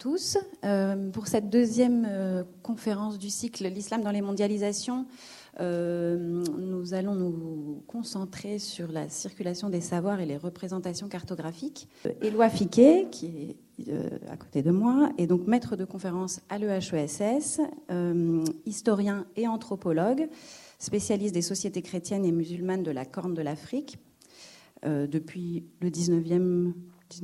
tous. Pour cette deuxième conférence du cycle L'islam dans les mondialisations, nous allons nous concentrer sur la circulation des savoirs et les représentations cartographiques. Éloi Fiquet, qui est à côté de moi, est donc maître de conférence à l'EHESS, historien et anthropologue, spécialiste des sociétés chrétiennes et musulmanes de la Corne de l'Afrique depuis le 18e,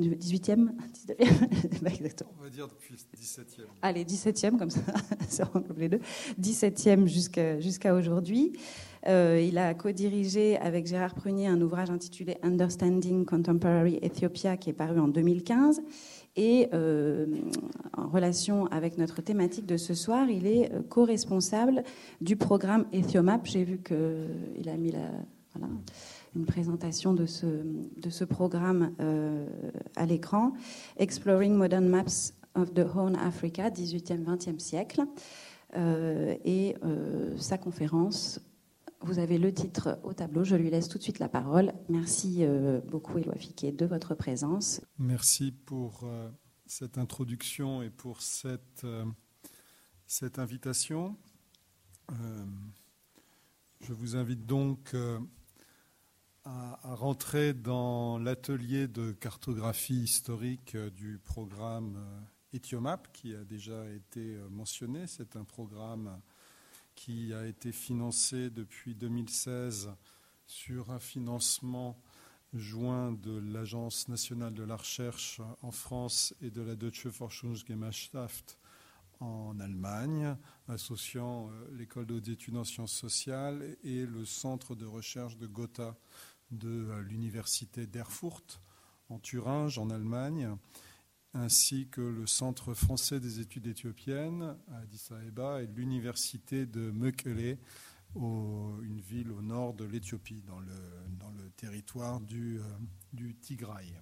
pas exactement. On va dire depuis le 17e. Allez, 17e, comme ça, ça regroupe les deux. 17e jusqu'à aujourd'hui. Il a co-dirigé avec Gérard Prunier un ouvrage intitulé Understanding Contemporary Ethiopia qui est paru en 2015. Et en relation avec notre thématique de ce soir, il est co-responsable du programme Ethiomap. J'ai vu qu'il a mis une présentation de ce programme à l'écran, Exploring Modern Maps of the Horn Africa, 18e, 20e siècle. Et sa conférence, vous avez le titre au tableau, je lui laisse tout de suite la parole. Merci beaucoup, Éloi Fiquet, de votre présence. Merci pour cette introduction et pour cette invitation. Je vous invite donc à rentrer dans l'atelier de cartographie historique du programme Ethiomap, qui a déjà été mentionné. C'est un programme qui a été financé depuis 2016 sur un financement joint de l'Agence nationale de la recherche en France et de la Deutsche Forschungsgemeinschaft en Allemagne, associant l'école de hautes études en sciences sociales et le centre de recherche de Gotha de l'université d'Erfurt en Thuringe, en Allemagne, ainsi que le Centre français des études éthiopiennes à Addis Abeba et l'université de Mekele, une ville au nord de l'Éthiopie, dans le territoire du Tigray.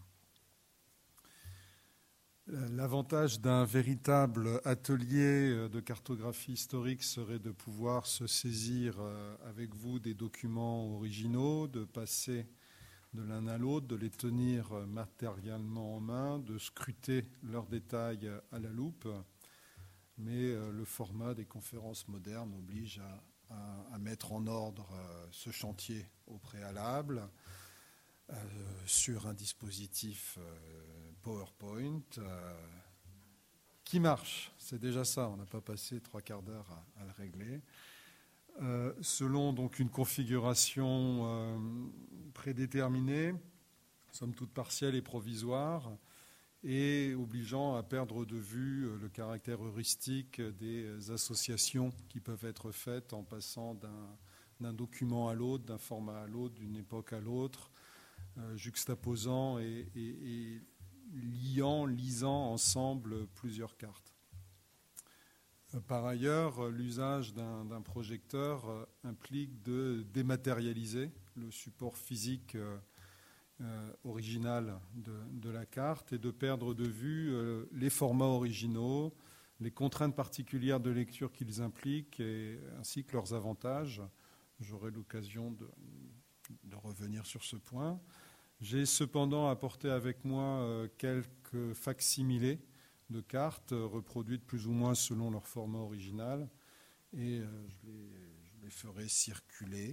L'avantage d'un véritable atelier de cartographie historique serait de pouvoir se saisir avec vous des documents originaux, de passer de l'un à l'autre, de les tenir matériellement en main, de scruter leurs détails à la loupe. Mais le format des conférences modernes oblige à mettre en ordre ce chantier au préalable sur un dispositif PowerPoint qui marche. C'est déjà ça, on n'a pas passé 3/4 d'heure à le régler. Selon donc une configuration prédéterminée, somme toute partielle et provisoire, et obligeant à perdre de vue le caractère heuristique des associations qui peuvent être faites en passant d'un document à l'autre, d'un format à l'autre, d'une époque à l'autre, juxtaposant et lisant ensemble plusieurs cartes. Par ailleurs, l'usage d'un projecteur implique de dématérialiser le support physique original de la carte et de perdre de vue les formats originaux, les contraintes particulières de lecture qu'ils impliquent, ainsi que leurs avantages. J'aurai l'occasion de revenir sur ce point. J'ai cependant apporté avec moi quelques facsimilés de cartes reproduites plus ou moins selon leur format original, et je les ferai circuler.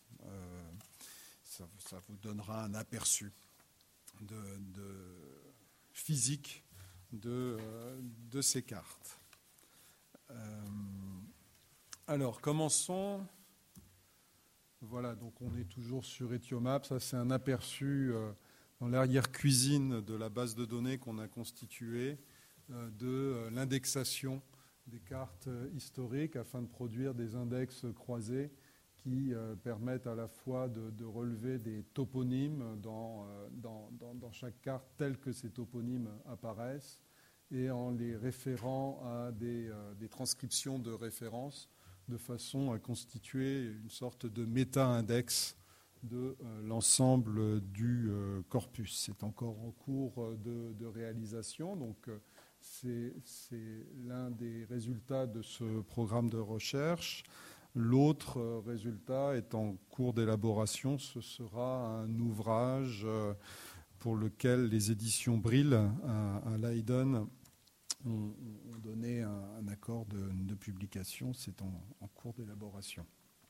Ça vous donnera un aperçu physique de ces cartes. Alors, commençons. Voilà, donc on est toujours sur Ethiomap. Ça, c'est un aperçu dans l'arrière-cuisine de la base de données qu'on a constituée de l'indexation des cartes historiques afin de produire des index croisés qui permettent à la fois de relever des toponymes dans chaque carte tels que ces toponymes apparaissent et en les référant à des transcriptions de références de façon à constituer une sorte de méta-index de l'ensemble du corpus. C'est encore en cours de réalisation, donc c'est l'un des résultats de ce programme de recherche. L'autre résultat est en cours d'élaboration. Ce sera un ouvrage pour lequel les éditions Brill à Leiden ont donné un accord de publication. C'est en cours d'élaboration.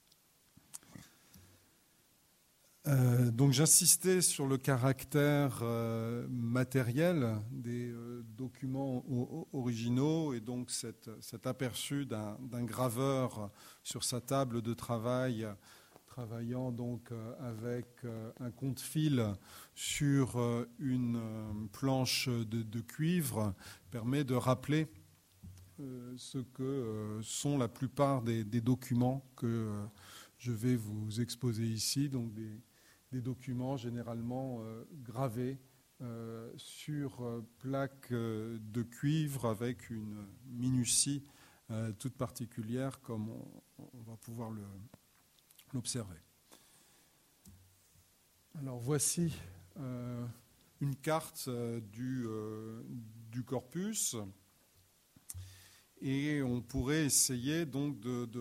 Donc j'insistais sur le caractère matériel des documents originaux et donc cet aperçu d'un graveur sur sa table de travail, travaillant donc avec un compte-fil sur une planche de cuivre, permet de rappeler ce que sont la plupart des documents que je vais vous exposer ici, donc des documents généralement gravés sur plaques de cuivre avec une minutie toute particulière, comme on va pouvoir l'observer. Alors voici une carte du corpus, et on pourrait essayer donc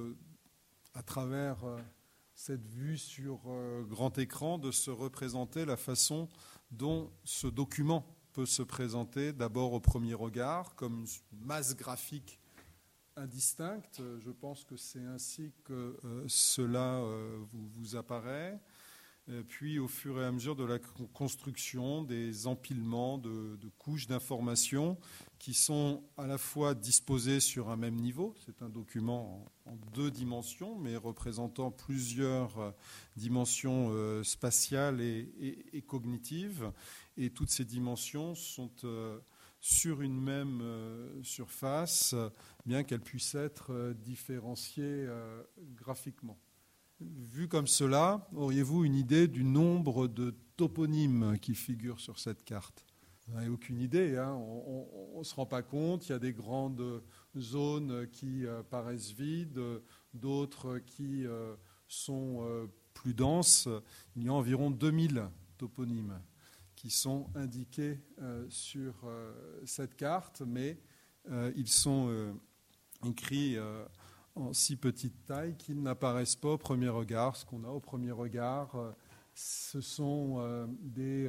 à travers cette vue sur grand écran, de se représenter la façon dont ce document peut se présenter d'abord au premier regard comme une masse graphique indistincte. Je pense que c'est ainsi que cela vous apparaît. Puis au fur et à mesure de la construction, des empilements de couches d'informations qui sont à la fois disposées sur un même niveau. C'est un document en 2 dimensions, mais représentant plusieurs dimensions spatiales et cognitives. Et toutes ces dimensions sont sur une même surface, bien qu'elles puissent être différenciées graphiquement. Vu comme cela, auriez-vous une idée du nombre de toponymes qui figurent sur cette carte ? Vous n'avez aucune idée, hein. On ne se rend pas compte. Il y a des grandes zones qui paraissent vides, d'autres qui sont plus denses. Il y a environ 2000 toponymes qui sont indiqués sur cette carte, mais ils sont écrits en si petite taille qu'ils n'apparaissent pas au premier regard. Ce qu'on a au premier regard, ce sont des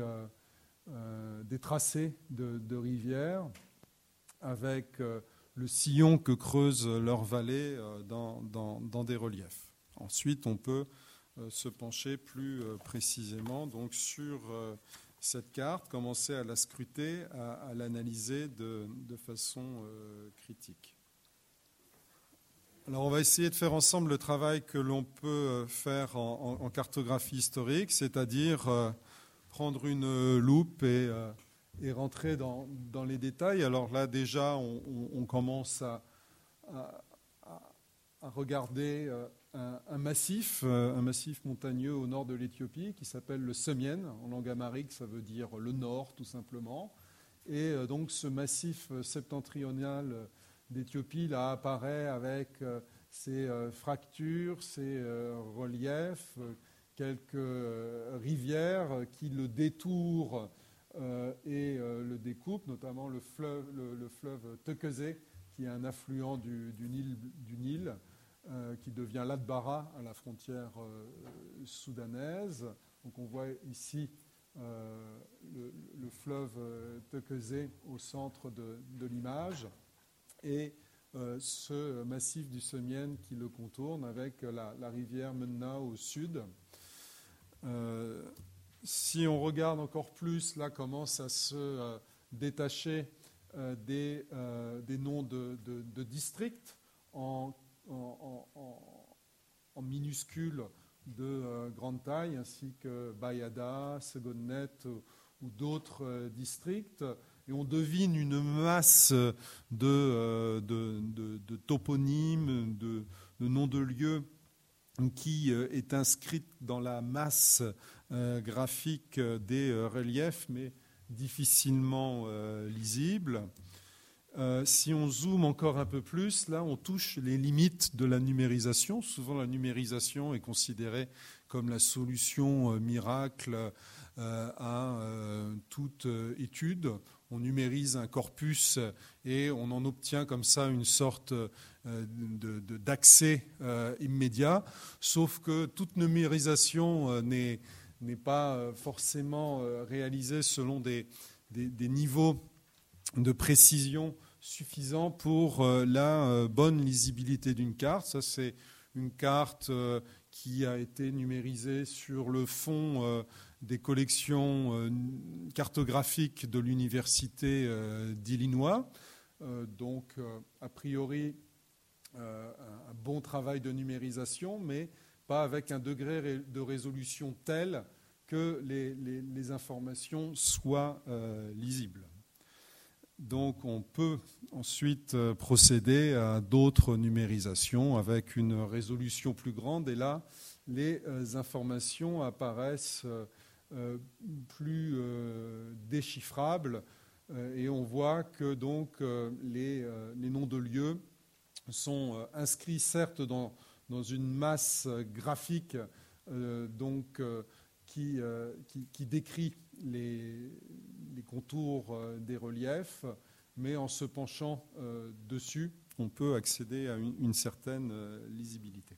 tracés de rivières avec le sillon que creusent leurs vallées dans des reliefs. Ensuite, on peut se pencher plus précisément donc, sur cette carte, commencer à la scruter, à l'analyser de façon critique. Alors, on va essayer de faire ensemble le travail que l'on peut faire en cartographie historique, c'est-à-dire prendre une loupe et rentrer dans les détails. Alors là, déjà, on commence à regarder un massif montagneux au nord de l'Éthiopie qui s'appelle le Semien. En langue amharique, ça veut dire le nord, tout simplement. Et donc, ce massif septentrional d'Éthiopie, là, apparaît avec ses fractures, ses reliefs, quelques rivières qui le détourent et le découpent, notamment le fleuve Tekeze, qui est un affluent du Nil, qui devient l'Atbara à la frontière soudanaise. Donc on voit ici le fleuve Tekeze au centre de l'image, et ce massif du Semien qui le contourne avec la rivière Menna au sud. Si on regarde encore plus, là commence à se détacher des noms de districts en minuscules de grande taille, ainsi que Bayada, Segonnet ou d'autres districts. Et on devine une masse de toponymes, de noms de lieux qui est inscrite dans la masse graphique des reliefs, mais difficilement lisible. Si on zoome encore un peu plus, là, on touche les limites de la numérisation. Souvent, la numérisation est considérée comme la solution miracle à toute étude. On numérise un corpus et on en obtient comme ça une sorte d'accès immédiat, sauf que toute numérisation n'est pas forcément réalisée selon des niveaux de précision suffisant pour la bonne lisibilité d'une carte. Ça, c'est une carte qui a été numérisée sur le fond des collections cartographiques de l'Université d'Illinois. Donc, a priori, un bon travail de numérisation, mais pas avec un degré de résolution tel que les informations soient lisibles. Donc on peut ensuite procéder à d'autres numérisations avec une résolution plus grande, et là, les informations apparaissent plus déchiffrables, et on voit que donc les noms de lieux sont inscrits certes dans une masse graphique qui décrit les contours des reliefs, mais en se penchant dessus, on peut accéder à une certaine lisibilité.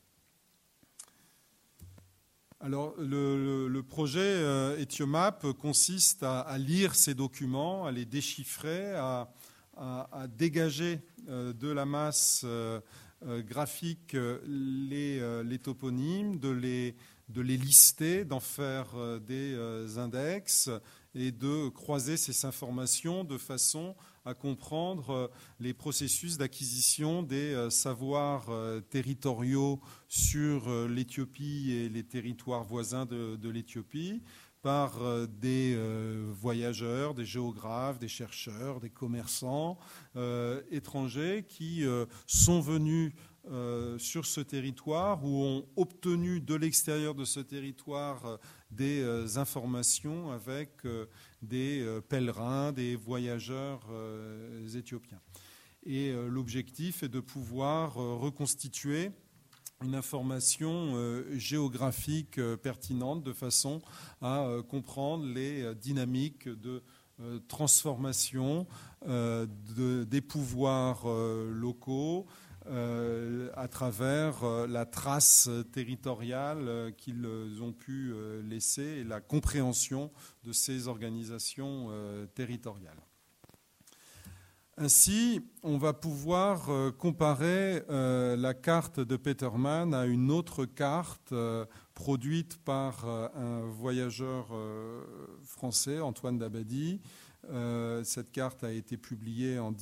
Alors, le projet Ethiomap consiste à lire ces documents, à les déchiffrer, à dégager de la masse graphique les toponymes, de les lister, d'en faire des index et de croiser ces informations de façon à comprendre les processus d'acquisition des savoirs territoriaux sur l'Éthiopie et les territoires voisins de l'Éthiopie par des voyageurs, des géographes, des chercheurs, des commerçants étrangers qui sont venus sur ce territoire ou ont obtenu de l'extérieur de ce territoire des informations avec des pèlerins, des voyageurs éthiopiens. Et l'objectif est de pouvoir reconstituer une information géographique pertinente de façon à comprendre les dynamiques de transformation des pouvoirs locaux à travers la trace territoriale qu'ils ont pu laisser et la compréhension de ces organisations territoriales. Ainsi, on va pouvoir comparer la carte de Petermann à une autre carte produite par un voyageur français, Antoine Dabadi. Cette carte a été publiée en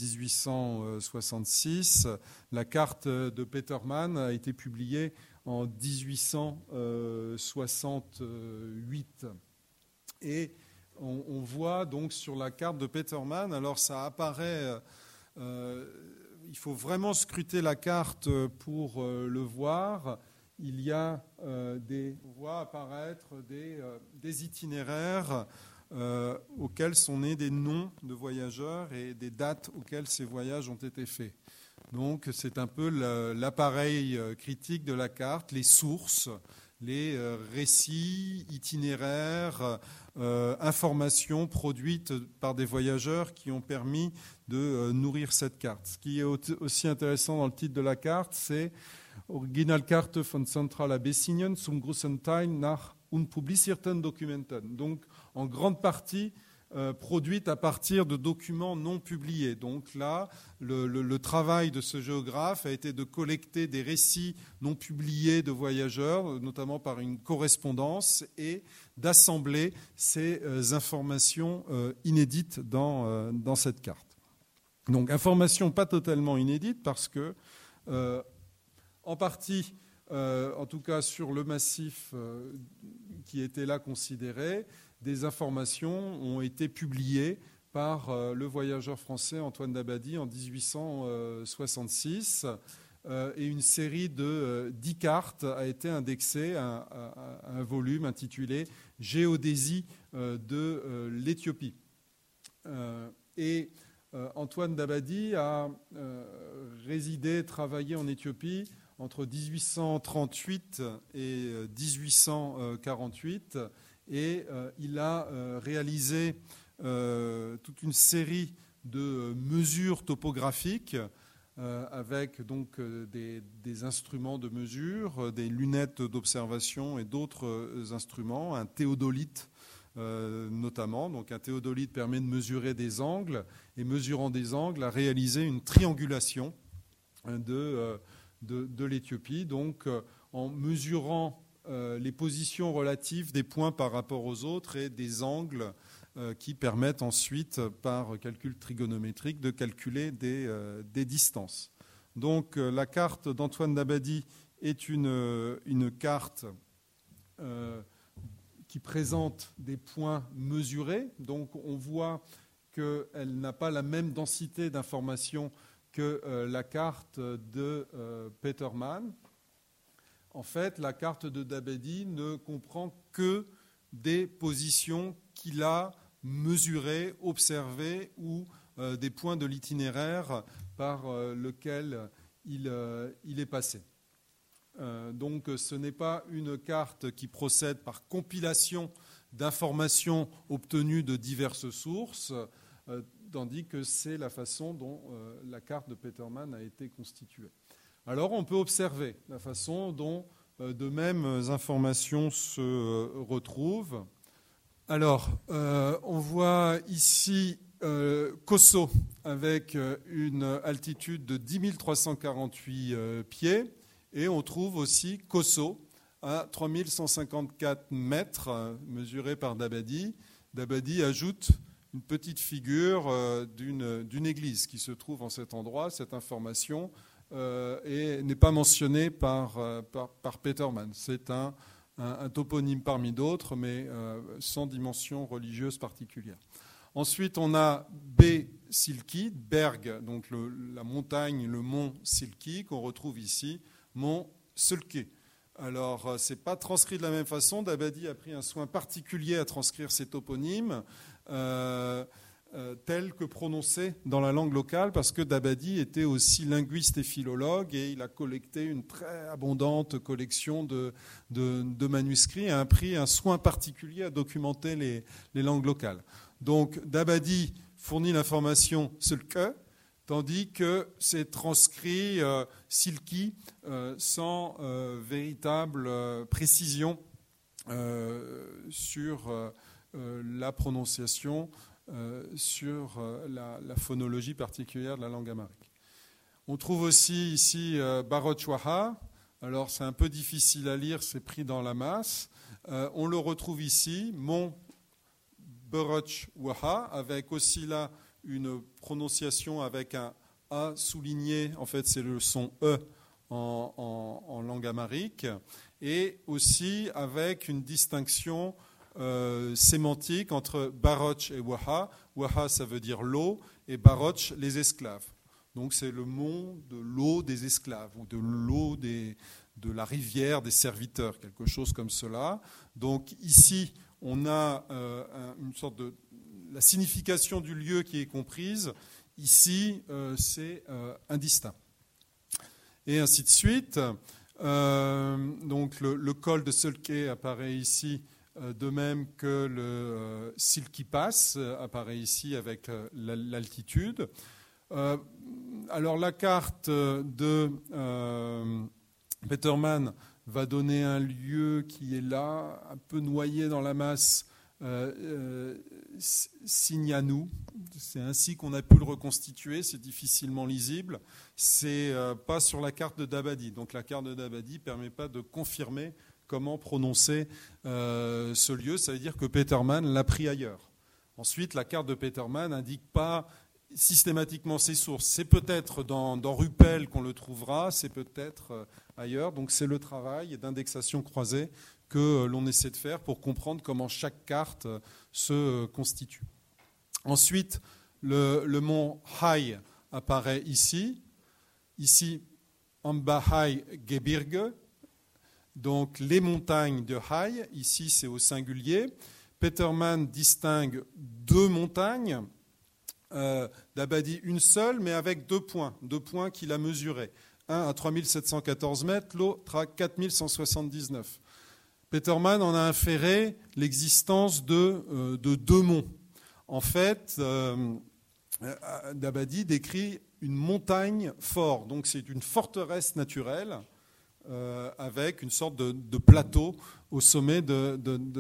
1866. La carte de Petermann a été publiée en 1868. Et on voit donc sur la carte de Petermann, alors ça apparaît, il faut vraiment scruter la carte pour le voir. Il y a on voit apparaître des itinéraires auxquels sont nés des noms de voyageurs et des dates auxquelles ces voyages ont été faits. Donc c'est un peu l'appareil critique de la carte, les sources, les récits, itinéraires, informations produites par des voyageurs qui ont permis de nourrir cette carte. Ce qui est aussi intéressant dans le titre de la carte, c'est « Originalkarte von Zentralabessinien zum großen Teil nach unpublizierten Dokumenten ». Donc, en grande partie, produite à partir de documents non publiés. Donc là, le travail de ce géographe a été de collecter des récits non publiés de voyageurs, notamment par une correspondance, et d'assembler ces informations inédites dans cette carte. Donc, informations pas totalement inédites parce que, en partie, en tout cas sur le massif qui était là considéré, des informations ont été publiées par le voyageur français Antoine Dabadi en 1866 et une série de 10 cartes a été indexée à un volume intitulé « Géodésie de l'Éthiopie ». Et Antoine Dabadi a résidé, travaillé en Éthiopie entre 1838 et 1848. Et il a réalisé toute une série de mesures topographiques avec donc des instruments de mesure, des lunettes d'observation et d'autres instruments, un théodolite notamment. Donc un théodolite permet de mesurer des angles, et mesurant des angles, à réaliser une triangulation de l'Éthiopie. Donc en mesurant les positions relatives des points par rapport aux autres et des angles qui permettent ensuite, par calcul trigonométrique, de calculer des distances. Donc la carte d'Antoine Dabadi est une carte qui présente des points mesurés. Donc on voit qu'elle n'a pas la même densité d'informations que la carte de Petermann. En fait, la carte de Dabadi ne comprend que des positions qu'il a mesurées, observées, ou des points de l'itinéraire par lequel il est passé. Donc ce n'est pas une carte qui procède par compilation d'informations obtenues de diverses sources, tandis que c'est la façon dont la carte de Petermann a été constituée. Alors on peut observer la façon dont de mêmes informations se retrouvent. Alors on voit ici Kosso avec une altitude de 10 348 pieds, et on trouve aussi Kosso à 3154 mètres mesuré par Dabadi. Dabadi ajoute une petite figure d'une église qui se trouve en cet endroit. Cette information et n'est pas mentionnée par Petermann. C'est un toponyme parmi d'autres, mais sans dimension religieuse particulière. Ensuite, on a B-Silki, Berg, donc la montagne, le mont Silki, qu'on retrouve ici, mont Sulke. Alors, ce n'est pas transcrit de la même façon. Dabadi a pris un soin particulier à transcrire ces toponymes tels que prononcés dans la langue locale, parce que Dabadi était aussi linguiste et philologue, et il a collecté une très abondante collection de manuscrits et a pris un soin particulier à documenter les langues locales. Donc Dabadi fournit l'information Sulke, tandis que c'est transcrit Silki sans véritable précision sur la prononciation, sur la phonologie particulière de la langue amharique. On trouve aussi ici Baroch Waha. Alors c'est un peu difficile à lire, c'est pris dans la masse. On le retrouve ici, Mont Baroch Waha, avec aussi là une prononciation avec un A souligné. En fait, c'est le son E en langue amharique, et aussi avec une distinction sémantique entre Baroch et Waha. Waha, ça veut dire l'eau, et Baroch, les esclaves. Donc c'est le mont de l'eau des esclaves, ou de l'eau de la rivière des serviteurs, quelque chose comme cela. Donc ici, on a une sorte de la signification du lieu qui est comprise. Ici, c'est indistinct. Et ainsi de suite. Donc le col de Sulke apparaît ici, de même que le Silki Pass apparaît ici avec l'altitude. Alors la carte de Petermann va donner un lieu qui est là, un peu noyé dans la masse, Signanou. C'est ainsi qu'on a pu le reconstituer, c'est difficilement lisible. C'est pas sur la carte de Dabadi. Donc la carte de Dabadi ne permet pas de confirmer comment prononcer ce lieu. Ça veut dire que Petermann l'a pris ailleurs. Ensuite, la carte de Petermann n'indique pas systématiquement ses sources. C'est peut-être dans Ruppel qu'on le trouvera, c'est peut-être ailleurs. Donc c'est le travail d'indexation croisée que l'on essaie de faire pour comprendre comment chaque carte se constitue. Ensuite, le mont Hai apparaît ici. Ici, Ambahai Gebirge, donc les montagnes de Hai. Ici, c'est au singulier. Petermann distingue deux montagnes. Dabadi une seule, mais avec deux points qu'il a mesurés. Un à 3714 mètres, l'autre à 4179. Petermann en a inféré l'existence de deux monts. En fait, Dabadi décrit une montagne forte, donc c'est une forteresse naturelle avec une sorte de plateau au sommet de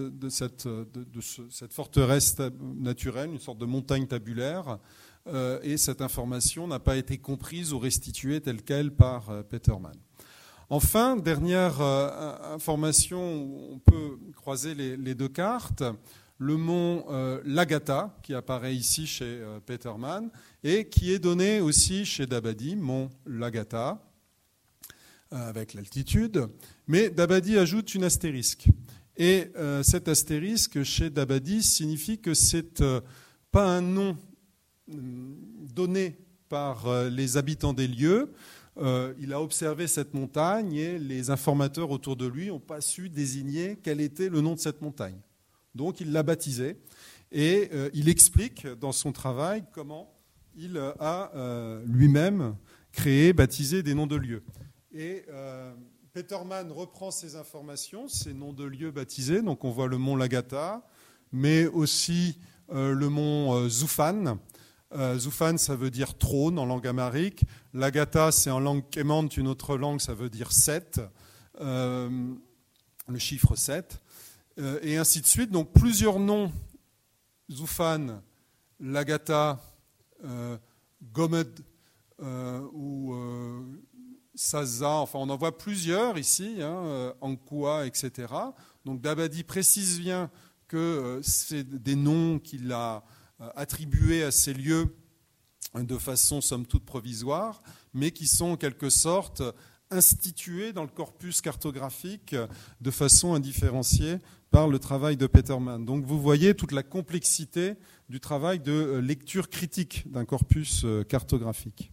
cette forteresse naturelle, une sorte de montagne tabulaire. Et cette information n'a pas été comprise ou restituée telle qu'elle par Petermann. Enfin, dernière information où on peut croiser les deux cartes, le mont Lagata, qui apparaît ici chez Petermann, et qui est donné aussi chez Dabadi, mont Lagata, avec l'altitude. Mais Dabadi ajoute une astérisque. Et cet astérisque, chez Dabadi, signifie que c'est pas un nom donné par les habitants des lieux. Il a observé cette montagne et les informateurs autour de lui n'ont pas su désigner quel était le nom de cette montagne. Donc il l'a baptisée et il explique dans son travail comment il a lui-même créé, baptisé des noms de lieux. Et Petermann reprend ces informations, ces noms de lieux baptisés. Donc on voit le mont Lagata, mais aussi le mont Zoufan. Zoufan, ça veut dire trône en langue amharique. Lagata, c'est en langue kémante, une autre langue, ça veut dire 7, le chiffre 7, et ainsi de suite. Donc plusieurs noms, Zoufan, Lagata, Gomed ou Saza, enfin on en voit plusieurs ici, Ankua, etc. Donc Dabadi précise bien que c'est des noms qu'il a attribués à ces lieux de façon somme toute provisoire, mais qui sont en quelque sorte institués dans le corpus cartographique de façon indifférenciée par le travail de Petermann. Donc vous voyez toute la complexité du travail de lecture critique d'un corpus cartographique.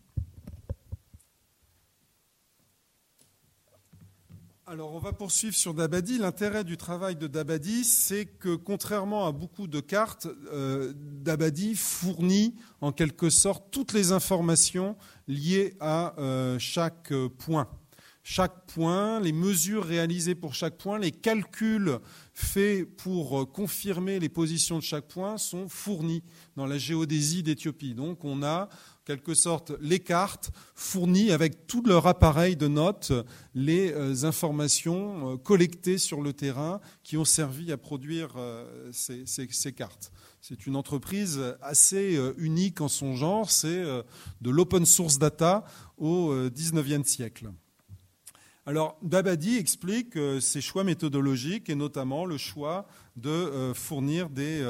Alors on va poursuivre sur Dabadi. L'intérêt du travail de Dabadi, c'est que contrairement à beaucoup de cartes, Dabadi fournit en quelque sorte toutes les informations liées à chaque point. Chaque point, les mesures réalisées pour chaque point, les calculs faits pour confirmer les positions de chaque point sont fournis dans la géodésie d'Éthiopie. Donc on a en quelque sorte les cartes fournies avec tout leur appareil de notes, les informations collectées sur le terrain qui ont servi à produire ces cartes. C'est une entreprise assez unique en son genre, c'est de l'open source data au XIXe siècle. Alors, Dabadi explique ses choix méthodologiques et notamment le choix de fournir des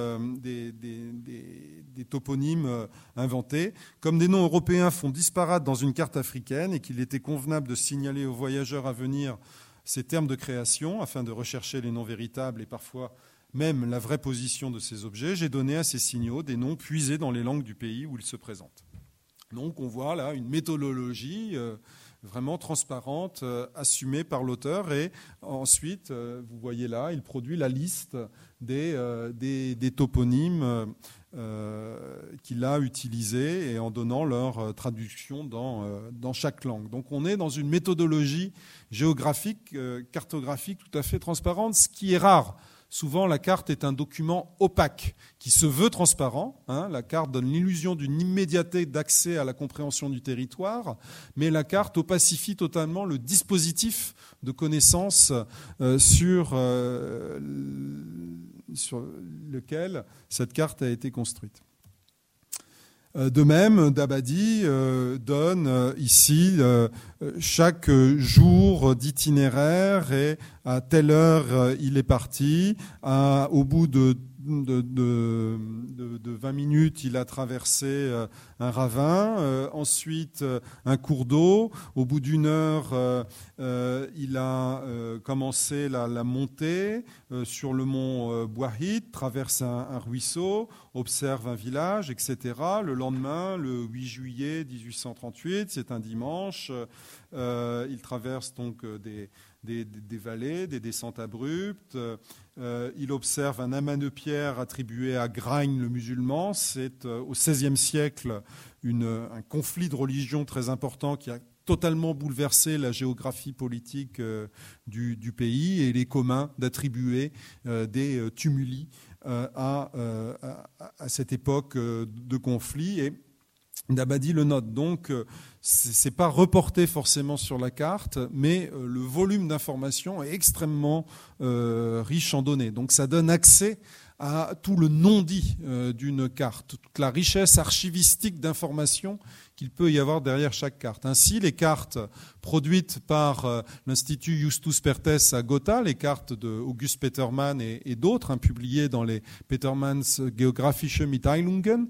toponymes inventés. Comme des noms européens font disparate dans une carte africaine et qu'il était convenable de signaler aux voyageurs à venir ces termes de création afin de rechercher les noms véritables et parfois même la vraie position de ces objets, j'ai donné à ces signaux des noms puisés dans les langues du pays où ils se présentent. Donc on voit là une méthodologie vraiment transparente, assumée par l'auteur. Et ensuite, vous voyez là, il produit la liste des toponymes qu'il a utilisés et en donnant leur traduction dans chaque langue. Donc on est dans une méthodologie géographique, cartographique tout à fait transparente, ce qui est rare. Souvent, la carte est un document opaque qui se veut transparent. La carte donne l'illusion d'une immédiateté d'accès à la compréhension du territoire, mais la carte opacifie totalement le dispositif de connaissance sur lequel cette carte a été construite. De même, Dabadi donne ici chaque jour d'itinéraire et à telle heure il est parti. Au bout de 20 minutes, il a traversé un ravin, ensuite un cours d'eau. Au bout d'une heure, il a commencé la montée sur le mont Bouahid, traverse un ruisseau, observe un village, etc. Le lendemain, le 8 juillet 1838, c'est un dimanche, il traverse donc des vallées, des descentes abruptes. Il observe un amas de pierres attribué à Gragne le musulman. C'est au XVIe siècle un conflit de religion très important qui a totalement bouleversé la géographie politique du pays et il est commun d'attribuer des tumuli à cette époque de conflit. Et Dabadi le note. Donc, c'est pas reporté forcément sur la carte, mais le volume d'informations est extrêmement riche en données. Donc, ça donne accès à tout le non-dit d'une carte, toute la richesse archivistique d'informations qu'il peut y avoir derrière chaque carte. Ainsi, les cartes produites par l'Institut Justus Perthes à Gotha, les cartes de August Petermann et d'autres, publiées dans les Petermanns Geographische Mitteilungen,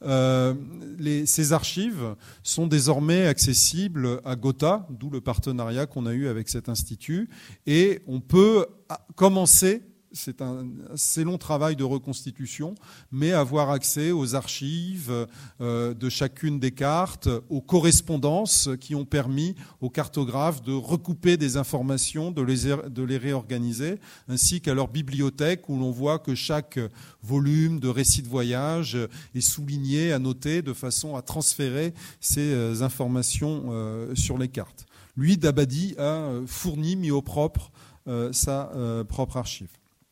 ces archives sont désormais accessibles à Gotha, d'où le partenariat qu'on a eu avec cet institut, et on peut commencer. C'est un assez long travail de reconstitution, mais avoir accès aux archives de chacune des cartes, aux correspondances qui ont permis aux cartographes de recouper des informations, de les réorganiser, ainsi qu'à leur bibliothèque où l'on voit que chaque volume de récit de voyage est souligné, annoté, de façon à transférer ces informations sur les cartes. Lui, Dabadi, a fourni, mis au propre, sa propre archive.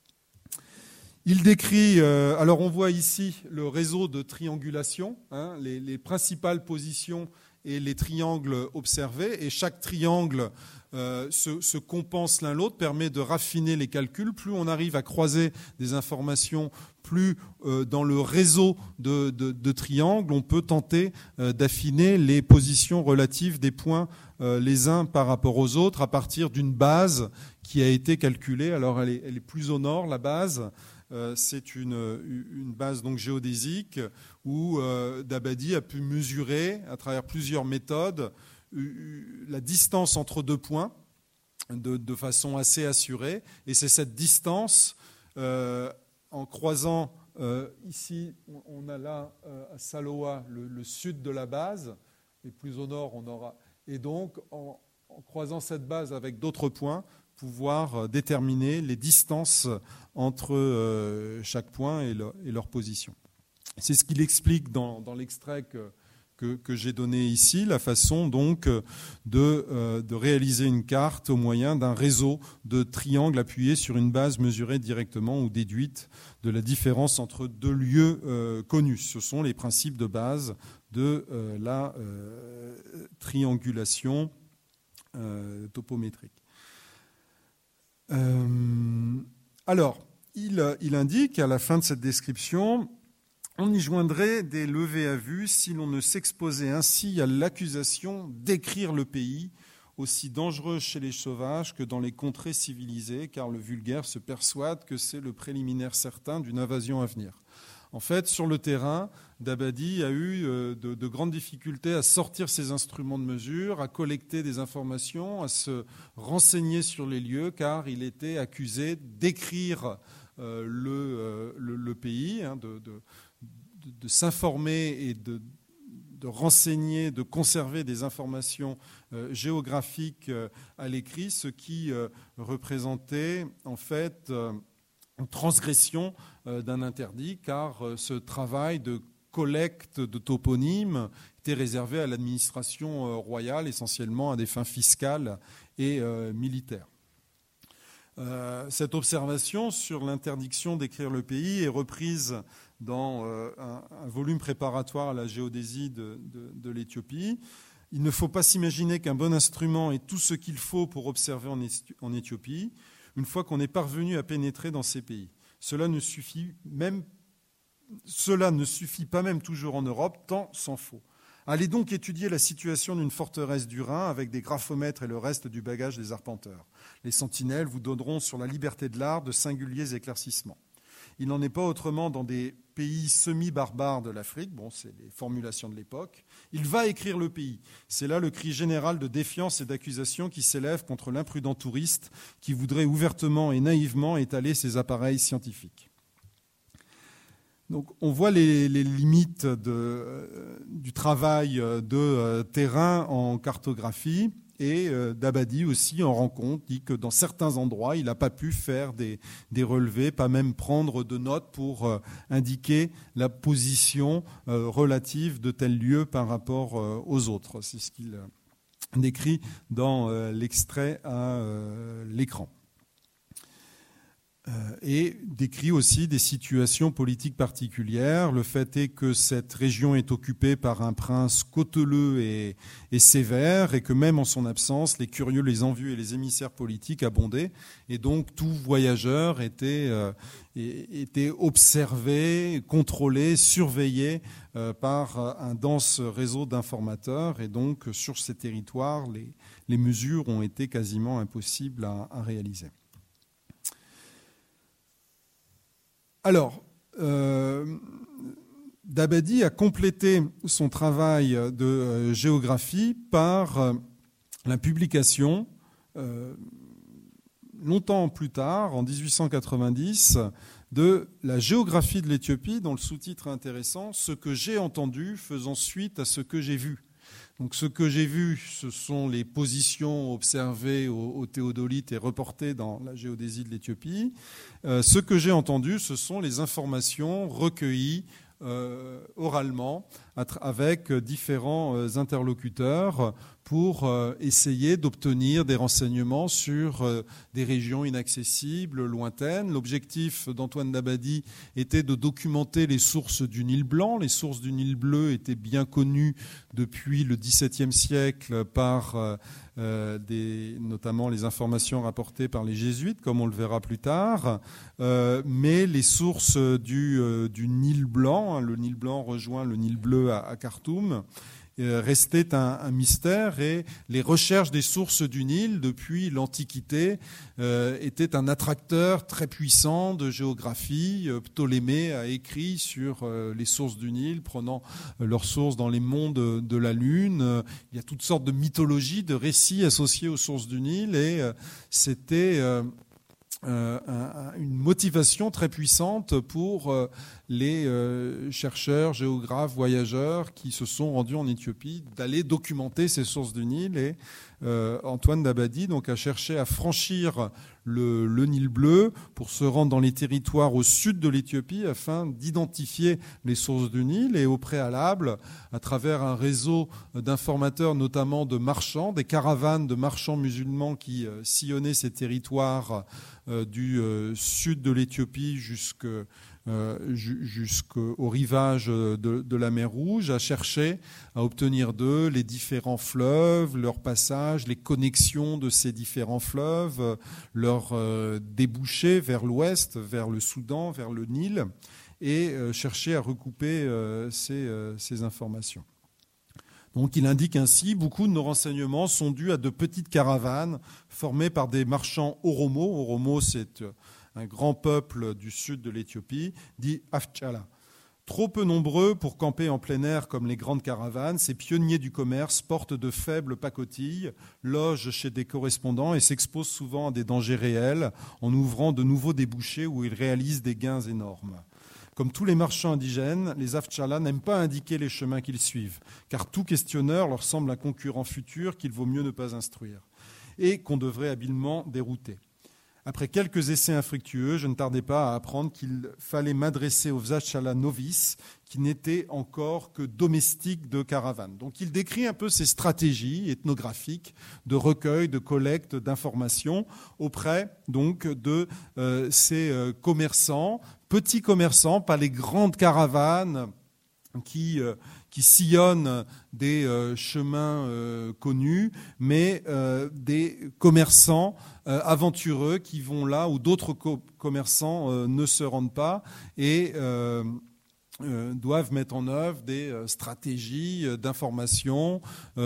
Il décrit, alors on voit ici le réseau de triangulation, les principales positions et les triangles observés, et chaque triangle se compense l'un l'autre, permet de raffiner les calculs. Plus on arrive à croiser des informations, plus dans le réseau de triangles, on peut tenter d'affiner les positions relatives des points les uns par rapport aux autres à partir d'une base qui a été calculée. Alors elle est plus au nord, la base. C'est une base donc géodésique où Dabadi a pu mesurer à travers plusieurs méthodes la distance entre deux points de façon assez assurée. Et c'est cette distance, en croisant ici, on a là à Saloa le sud de la base, et plus au nord on aura. Et donc en croisant cette base avec d'autres points, pouvoir déterminer les distances entre chaque point et leur position. C'est ce qu'il explique dans l'extrait que j'ai donné ici, la façon donc de réaliser une carte au moyen d'un réseau de triangles appuyés sur une base mesurée directement ou déduite de la différence entre deux lieux connus. Ce sont les principes de base de la triangulation topométrique. Alors, il indique à la fin de cette description, on y joindrait des levées à vue si l'on ne s'exposait ainsi à l'accusation d'écrire le pays, aussi dangereux chez les sauvages que dans les contrées civilisées, car le vulgaire se persuade que c'est le préliminaire certain d'une invasion à venir. En fait, sur le terrain, Dabadi a eu de grandes difficultés à sortir ses instruments de mesure, à collecter des informations, à se renseigner sur les lieux, car il était accusé d'écrire le pays, de s'informer et de renseigner, de conserver des informations géographiques à l'écrit, ce qui représentait en fait une transgression d'un interdit, car ce travail de collecte de toponymes était réservé à l'administration royale, essentiellement à des fins fiscales et militaires. Cette observation sur l'interdiction d'écrire le pays est reprise dans un volume préparatoire à la géodésie de l'Éthiopie. Il ne faut pas s'imaginer qu'un bon instrument est tout ce qu'il faut pour observer en Éthiopie, une fois qu'on est parvenu à pénétrer dans ces pays. Cela ne suffit pas même toujours en Europe, tant s'en faut. Allez donc étudier la situation d'une forteresse du Rhin avec des graphomètres et le reste du bagage des arpenteurs. Les sentinelles vous donneront sur la liberté de l'art de singuliers éclaircissements. Il n'en est pas autrement dans des pays semi-barbares de l'Afrique. Bon, c'est les formulations de l'époque. Il va écrire le pays. C'est là le cri général de défiance et d'accusation qui s'élève contre l'imprudent touriste qui voudrait ouvertement et naïvement étaler ses appareils scientifiques. Donc, on voit les limites du travail de terrain en cartographie. Et Dabadi aussi en rend compte, dit que dans certains endroits, il n'a pas pu faire des relevés, pas même prendre de notes pour indiquer la position relative de tel lieu par rapport aux autres. C'est ce qu'il décrit dans l'extrait à l'écran. et décrit aussi des situations politiques particulières. Le fait est que cette région est occupée par un prince cauteleux et sévère, et que même en son absence, les curieux, les envieux et les émissaires politiques abondaient, et donc tout voyageur était observé, contrôlé, surveillé par un dense réseau d'informateurs, et donc sur ces territoires, les mesures ont été quasiment impossibles à réaliser. Alors, Dabadi a complété son travail de géographie par la publication, longtemps plus tard, en 1890, de la géographie de l'Éthiopie, dont le sous-titre est intéressant, « Ce que j'ai entendu faisant suite à ce que j'ai vu ». Donc ce que j'ai vu, ce sont les positions observées au théodolite et reportées dans la géodésie de l'Éthiopie. Ce que j'ai entendu, ce sont les informations recueillies oralement avec différents interlocuteurs pour essayer d'obtenir des renseignements sur des régions inaccessibles, lointaines. L'objectif d'Antoine Dabadi était de documenter les sources du Nil blanc. Les sources du Nil bleu étaient bien connues depuis le XVIIe siècle par notamment les informations rapportées par les jésuites, comme on le verra plus tard. Mais les sources du Nil blanc, le Nil blanc rejoint le Nil bleu à Khartoum, restait un mystère, et les recherches des sources du Nil depuis l'Antiquité étaient un attracteur très puissant de géographie. Ptolémée a écrit sur les sources du Nil, prenant leurs sources dans les mondes de la Lune. Il y a toutes sortes de mythologies, de récits associés aux sources du Nil, et c'était une motivation très puissante pour les chercheurs, géographes, voyageurs qui se sont rendus en Éthiopie d'aller documenter ces sources du Nil. Et Antoine Dabadi donc a cherché à franchir le Nil bleu pour se rendre dans les territoires au sud de l'Éthiopie afin d'identifier les sources du Nil, et au préalable, à travers un réseau d'informateurs, notamment de marchands, des caravanes de marchands musulmans qui sillonnaient ces territoires du sud de l'Éthiopie jusqu'au rivage de la mer Rouge, à chercher à obtenir d'eux les différents fleuves, leurs passages, les connexions de ces différents fleuves, leurs débouchés vers l'ouest, vers le Soudan, vers le Nil, et chercher à recouper ces informations. Donc il indique ainsi: beaucoup de nos renseignements sont dus à de petites caravanes formées par des marchands Oromo. Oromo, c'est un grand peuple du sud de l'Éthiopie, dit Afchala. Trop peu nombreux pour camper en plein air comme les grandes caravanes, ces pionniers du commerce portent de faibles pacotilles, logent chez des correspondants et s'exposent souvent à des dangers réels en ouvrant de nouveaux débouchés où ils réalisent des gains énormes. Comme tous les marchands indigènes, les Afchala n'aiment pas indiquer les chemins qu'ils suivent, car tout questionneur leur semble un concurrent futur qu'il vaut mieux ne pas instruire et qu'on devrait habilement dérouter. Après quelques essais infructueux, je ne tardais pas à apprendre qu'il fallait m'adresser aux Afchala novices qui n'étaient encore que domestiques de caravanes. Donc il décrit un peu ces stratégies ethnographiques de recueil, de collecte d'informations auprès donc de ces commerçants, petits commerçants, pas les grandes caravanes qui sillonnent des chemins connus, mais des commerçants aventureux qui vont là où d'autres commerçants ne se rendent pas et doivent mettre en œuvre des stratégies d'information,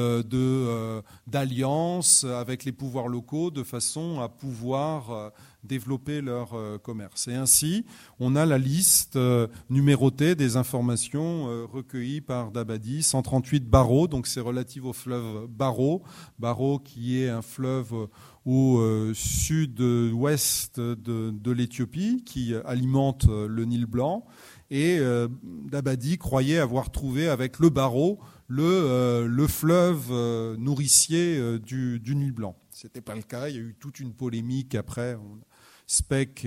d'alliance avec les pouvoirs locaux de façon à pouvoir développer leur commerce. Et ainsi, on a la liste numérotée des informations recueillies par Dabadi, 138 barreaux, donc c'est relatif au fleuve Baro, qui est un fleuve au sud-ouest de l'Éthiopie, qui alimente le Nil blanc. Et Dabadi croyait avoir trouvé avec le Baro le fleuve nourricier du Nil blanc. Ce n'était pas le cas, il y a eu toute une polémique après. Speck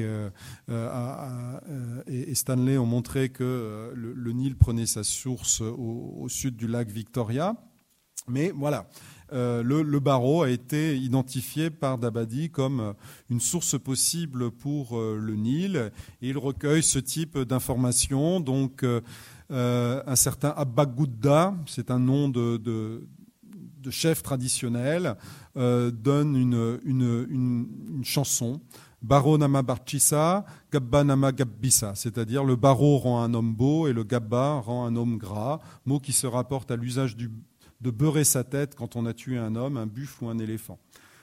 et Stanley ont montré que le Nil prenait sa source au sud du lac Victoria. Mais voilà, le Barrow a été identifié par Dabadi comme une source possible pour le Nil, et il recueille ce type d'informations. Donc un certain Abba Gouda, c'est un nom de chef traditionnel, donne une chanson. Barrow Nama Barchisa, Gabba Nama Gabbisa, c'est-à-dire le Barrow rend un homme beau et le Gabba rend un homme gras, mot qui se rapporte à l'usage de beurrer sa tête quand on a tué un homme, un buffle ou un éléphant.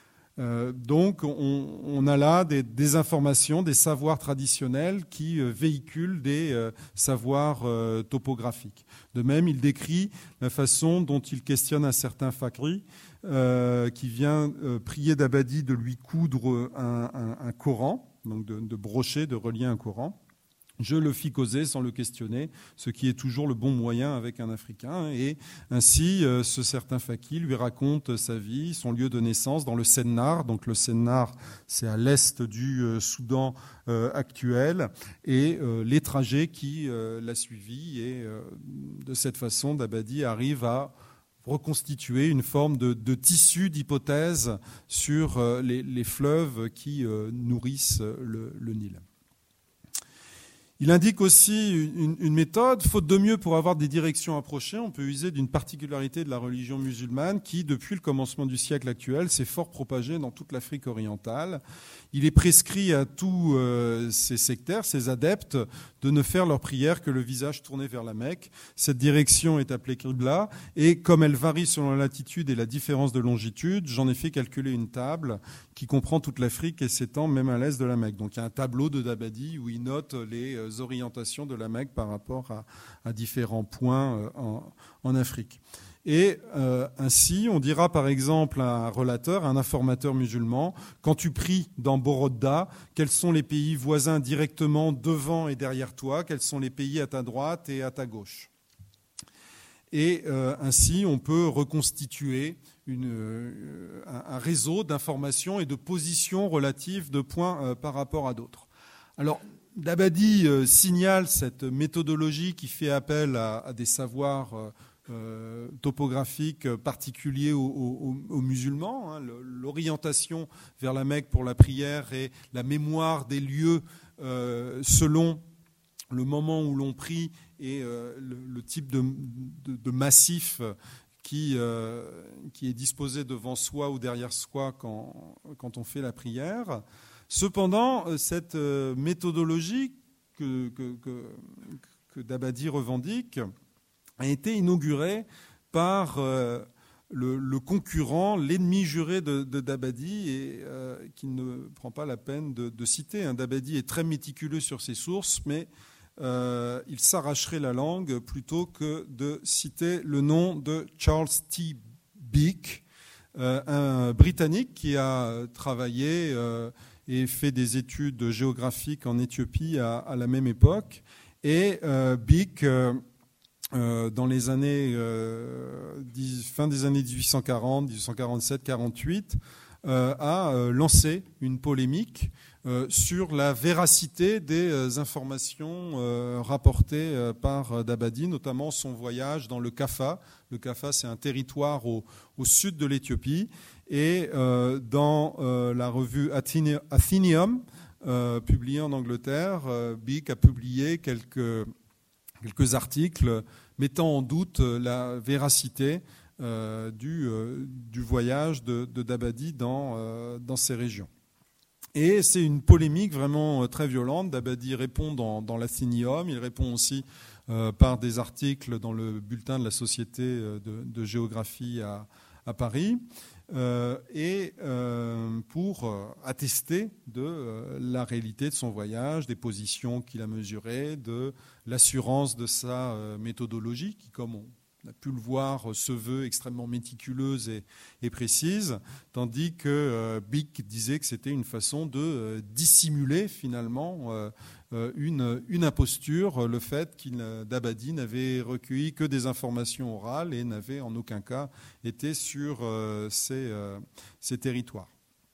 Donc on a là des informations, des savoirs traditionnels qui véhiculent des savoirs topographiques. De même, il décrit la façon dont il questionne un certain Fakri qui vient prier Dabadi de lui coudre un Coran, donc de brocher, de relier un Coran. Je le fis causer sans le questionner, ce qui est toujours le bon moyen avec un Africain. Et ainsi, ce certain Faki lui raconte sa vie, son lieu de naissance dans le Sennar. Donc le Sennar, c'est à l'est du Soudan actuel, et les trajets qui l'a suivi. Et de cette façon, Dabadi arrive à reconstituer une forme de tissu d'hypothèse sur les fleuves qui nourrissent le Nil. Il indique aussi une méthode. Faute de mieux pour avoir des directions approchées, on peut user d'une particularité de la religion musulmane qui, depuis le commencement du siècle actuel, s'est fort propagée dans toute l'Afrique orientale. Il est prescrit à tous ces sectaires, ces adeptes, de ne faire leur prière que le visage tourné vers la Mecque. Cette direction est appelée Qibla, et comme elle varie selon la latitude et la différence de longitude, j'en ai fait calculer une table qui comprend toute l'Afrique et s'étend même à l'est de la Mecque. Donc il y a un tableau de Dabadi où il note les orientations de la Mecque par rapport à différents points en Afrique. Et ainsi, on dira par exemple à un relateur, à un informateur musulman, quand tu pries dans Borodda, quels sont les pays voisins directement devant et derrière toi, quels sont les pays à ta droite et à ta gauche. Et ainsi, on peut reconstituer un réseau d'informations et de positions relatives de points par rapport à d'autres. Alors, Dabadi signale cette méthodologie qui fait appel à des savoirs topographiques particuliers aux musulmans, hein, l'orientation vers la Mecque pour la prière et la mémoire des lieux selon le moment où l'on prie et le type de massif qui est disposé devant soi ou derrière soi quand on fait la prière. Cependant, cette méthodologie que Dabadi revendique a été inaugurée par le concurrent, l'ennemi juré de Dabadi, et qu'il ne prend pas la peine de citer. Dabadi est très méticuleux sur ses sources, mais il s'arracherait la langue plutôt que de citer le nom de Charles T. Beek, un Britannique qui a travaillé et fait des études géographiques en Éthiopie à la même époque. Et Beek, dans les années fin des années 1840, 1847, 48, a lancé une polémique sur la véracité des informations rapportées par Dabadi, notamment son voyage dans le Kaffa. Le Kaffa, c'est un territoire au sud de l'Éthiopie. Et dans la revue Athenaeum, publiée en Angleterre, Beek a publié quelques articles mettant en doute la véracité du voyage de Dabadi dans ces régions. Et c'est une polémique vraiment très violente. Dabadi répond dans l'Athenaeum, il répond aussi par des articles dans le bulletin de la Société de géographie à Paris, pour attester de la réalité de son voyage, des positions qu'il a mesurées, de l'assurance de sa méthodologie, qui, comme on a pu le voir, se veut extrêmement méticuleuse et précise, tandis que Beek disait que c'était une façon de dissimuler finalement une imposture, le fait Dabadi n'avait recueilli que des informations orales et n'avait en aucun cas été sur ces territoires.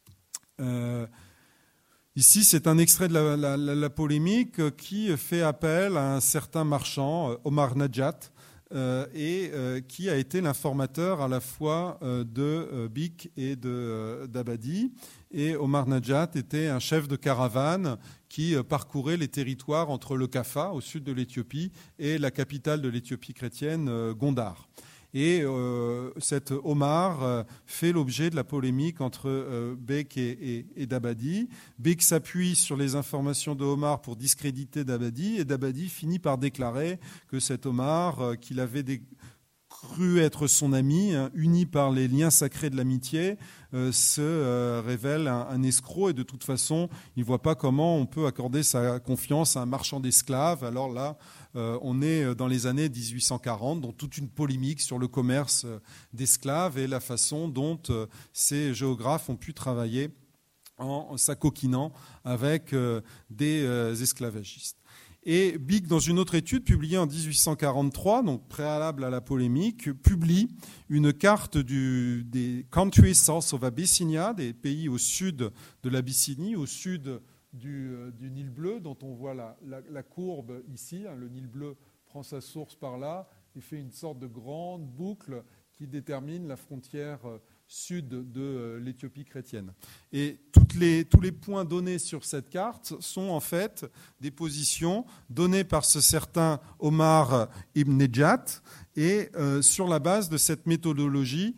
Ici, c'est un extrait de la polémique qui fait appel à un certain marchand, Omar Najat, et qui a été l'informateur à la fois de Bik et d'Abadi. Et Omar Najat était un chef de caravane qui parcourait les territoires entre le Kaffa, au sud de l'Éthiopie, et la capitale de l'Éthiopie chrétienne, Gondar. Et cet Omar fait l'objet de la polémique entre Bek et Dabadi. Bek s'appuie sur les informations de Omar pour discréditer Dabadi, et Dabadi finit par déclarer que cet Omar, qu'il avait cru être son ami, uni par les liens sacrés de l'amitié, se révèle un escroc, et de toute façon, il ne voit pas comment on peut accorder sa confiance à un marchand d'esclaves. Alors là, on est dans les années 1840, donc toute une polémique sur le commerce d'esclaves et la façon dont ces géographes ont pu travailler en s'acoquinant avec des esclavagistes. Et Bik, dans une autre étude publiée en 1843, donc préalable à la polémique, publie une carte des countries south of Abyssinia, des pays au sud de l'Abyssinie, au sud du Nil bleu, dont on voit la courbe ici. Le Nil bleu prend sa source par là et fait une sorte de grande boucle qui détermine la frontière sud de l'Éthiopie chrétienne. Et tous les points donnés sur cette carte sont en fait des positions données par ce certain Omar ibn Najat, et sur la base de cette méthodologie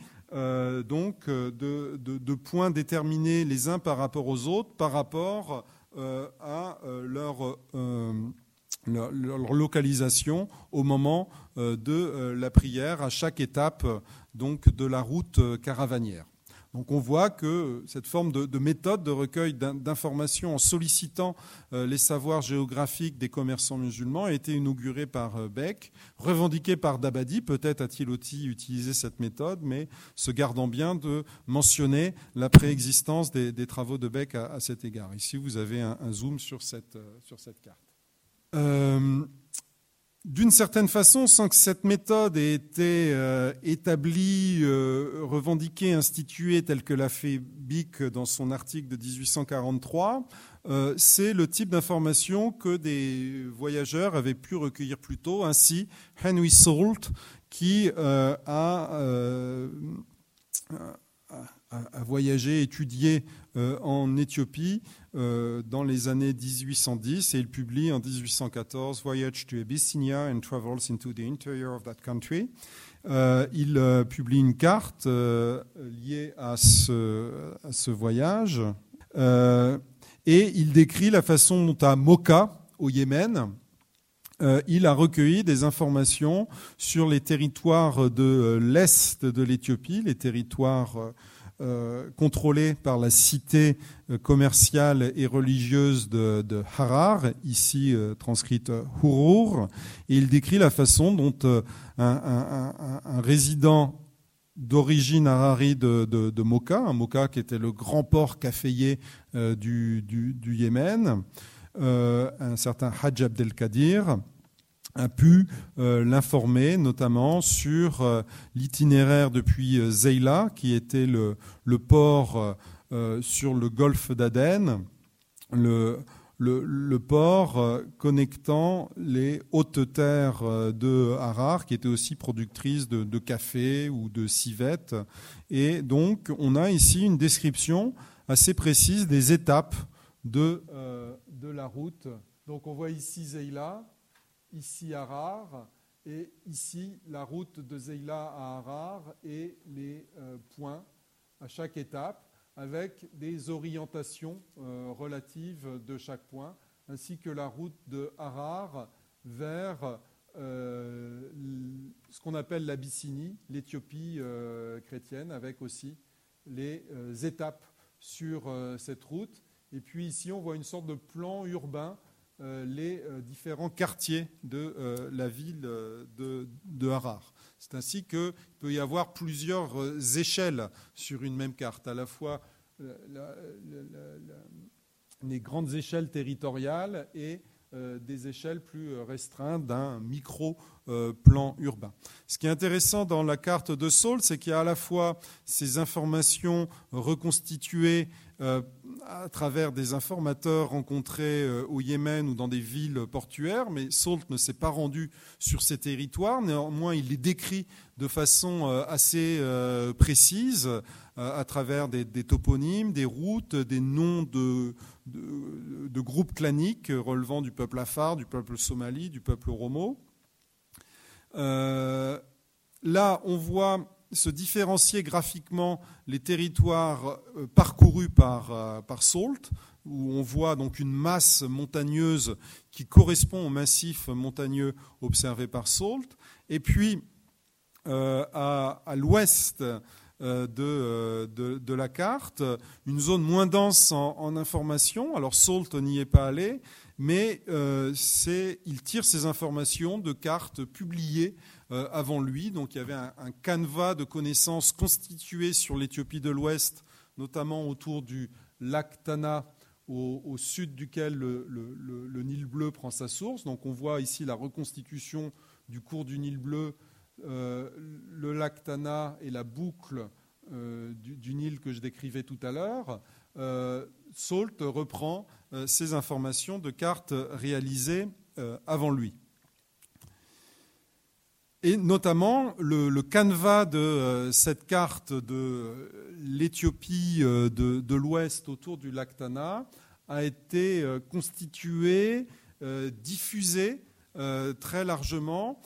de points déterminés les uns par rapport aux autres, par rapport à leur localisation au moment de la prière, à chaque étape donc de la route caravanière. Donc on voit que cette forme de méthode de recueil d'informations en sollicitant les savoirs géographiques des commerçants musulmans a été inaugurée par Bek, revendiquée par Dabadi. Peut-être a-t-il aussi utilisé cette méthode, mais se gardant bien de mentionner la préexistence des travaux de Bek à cet égard. Ici, vous avez un zoom sur cette carte. D'une certaine façon, sans que cette méthode ait été établie, revendiquée, instituée, telle que l'a fait Bik dans son article de 1843, c'est le type d'information que des voyageurs avaient pu recueillir plus tôt. Ainsi, Henry Salt, qui a voyagé, étudié en Éthiopie dans les années 1810, et il publie en 1814 Voyage to Abyssinia and Travels into the Interior of that Country. Il publie une carte liée à ce voyage, et il décrit la façon dont à Moka, au Yémen, il a recueilli des informations sur les territoires de l'est de l'Éthiopie, les territoires contrôlée par la cité commerciale et religieuse de Harar, ici transcrite Hurur, et il décrit la façon dont un résident d'origine harari de Moka, un Moka qui était le grand port caféier du Yémen, un certain Hajj Abdelkadir, a pu l'informer notamment sur l'itinéraire depuis Zeila, qui était le port sur le golfe d'Aden, le port connectant les hautes terres de Harar, qui étaient aussi productrices de café ou de civet. Et donc, on a ici une description assez précise des étapes de la route. Donc, on voit ici Zeila, ici Harar, et ici la route de Zeila à Harar et les points à chaque étape, avec des orientations relatives de chaque point, ainsi que la route de Harar vers ce qu'on appelle l'Abyssinie, l'Éthiopie chrétienne, avec aussi les étapes sur cette route. Et puis ici, on voit une sorte de plan urbain, les différents quartiers de la ville de Harar. C'est ainsi qu'il peut y avoir plusieurs échelles sur une même carte, à la fois les grandes échelles territoriales et des échelles plus restreintes d'un micro-plan urbain. Ce qui est intéressant dans la carte de Salt, c'est qu'il y a à la fois ces informations reconstituées à travers des informateurs rencontrés au Yémen ou dans des villes portuaires, mais Salt ne s'est pas rendu sur ces territoires. Néanmoins, il les décrit de façon assez précise à travers des toponymes, des routes, des noms de groupes claniques relevant du peuple Afar, du peuple Somali, du peuple Oromo. Là, on voit se différencier graphiquement les territoires parcourus par Salt, où on voit donc une masse montagneuse qui correspond au massif montagneux observé par Salt. Et puis, à l'ouest de la carte, une zone moins dense en informations. Alors Salt n'y est pas allé, mais il tire ces informations de cartes publiées avant lui. Donc il y avait un canevas de connaissances constitué sur l'Éthiopie de l'Ouest, notamment autour du lac Tana, au sud duquel le Nil bleu prend sa source. Donc on voit ici la reconstitution du cours du Nil bleu, le lac Tana et la boucle du Nil que je décrivais tout à l'heure. Salt reprend ces informations de cartes réalisées avant lui. Et notamment, le canevas de cette carte de l'Éthiopie de l'Ouest autour du lac Tana a été constitué, diffusé très largement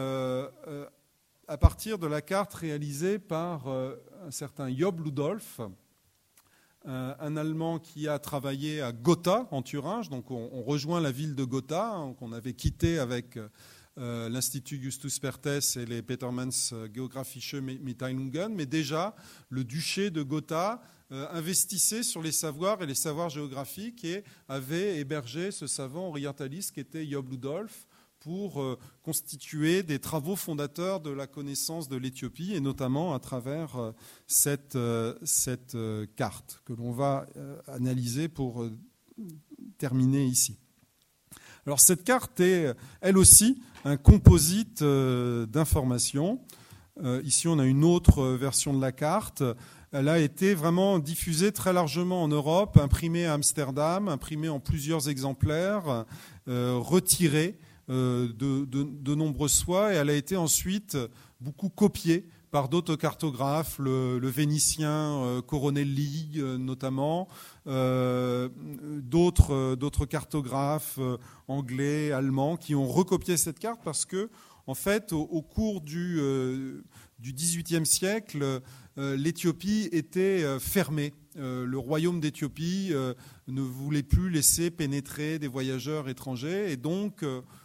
à partir de la carte réalisée par un certain Job Ludolf, un Allemand qui a travaillé à Gotha, en Thuringe. Donc on rejoint la ville de Gotha, qu'on avait quittée avec l'Institut Justus Perthes et les Petermans Geographische Mitteilungen, mais déjà le duché de Gotha investissait sur les savoirs et les savoirs géographiques et avait hébergé ce savant orientaliste qui était Job Ludolf pour constituer des travaux fondateurs de la connaissance de l'Éthiopie et notamment à travers cette carte que l'on va analyser pour terminer ici. Alors cette carte est, elle aussi, un composite d'informations. Ici, on a une autre version de la carte. Elle a été vraiment diffusée très largement en Europe, imprimée à Amsterdam, imprimée en plusieurs exemplaires, retirée de nombreuses fois, et elle a été ensuite beaucoup copiée par d'autres cartographes, le Vénitien Coronelli notamment, d'autres cartographes anglais, allemands, qui ont recopié cette carte parce que, en fait, au cours du XVIIIe siècle, l'Éthiopie était fermée. Le royaume d'Éthiopie ne voulait plus laisser pénétrer des voyageurs étrangers, et donc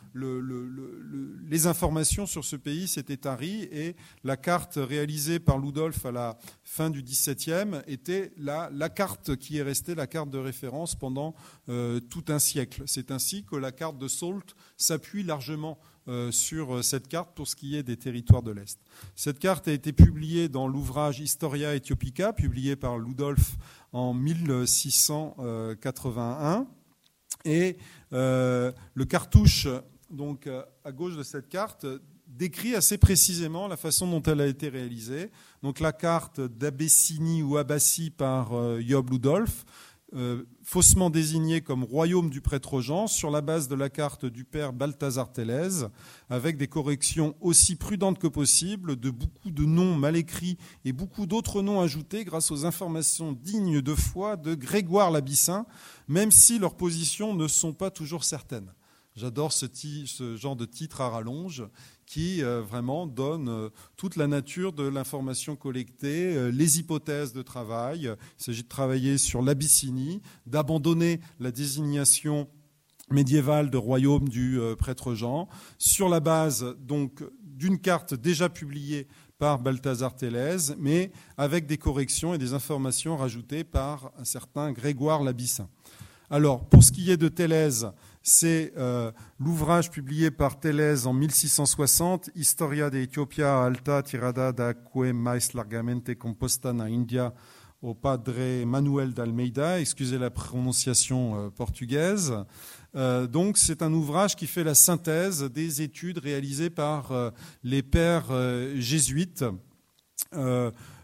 les informations sur ce pays s'étaient taries, et la carte réalisée par Ludolf à la fin du XVIIe était la carte qui est restée la carte de référence pendant tout un siècle. C'est ainsi que la carte de Salt s'appuie largement sur cette carte pour ce qui est des territoires de l'Est. Cette carte a été publiée dans l'ouvrage Historia Ethiopica, publié par Ludolf en 1681, et le cartouche donc à gauche de cette carte décrit assez précisément la façon dont elle a été réalisée. Donc la carte d'Abessinie ou Abbassie par Job Ludolf, faussement désignée comme royaume du prêtre Jean sur la base de la carte du père Balthazar Télèse, avec des corrections aussi prudentes que possible de beaucoup de noms mal écrits et beaucoup d'autres noms ajoutés grâce aux informations dignes de foi de Grégoire l'Abyssin, même si leurs positions ne sont pas toujours certaines. J'adore ce genre de titre à rallonge qui vraiment donne toute la nature de l'information collectée, les hypothèses de travail. Il s'agit de travailler sur l'Abyssinie, d'abandonner la désignation médiévale de royaume du prêtre Jean, sur la base donc d'une carte déjà publiée par Balthazar Télèse, mais avec des corrections et des informations rajoutées par un certain Grégoire l'Abyssin. Alors, pour ce qui est de Télèse, c'est l'ouvrage publié par Télèse en 1660, Historia de Etiopia alta tirada da que mais largamente composta na India au padre Manuel d'Almeida, excusez la prononciation portugaise. Donc c'est un ouvrage qui fait la synthèse des études réalisées par les pères jésuites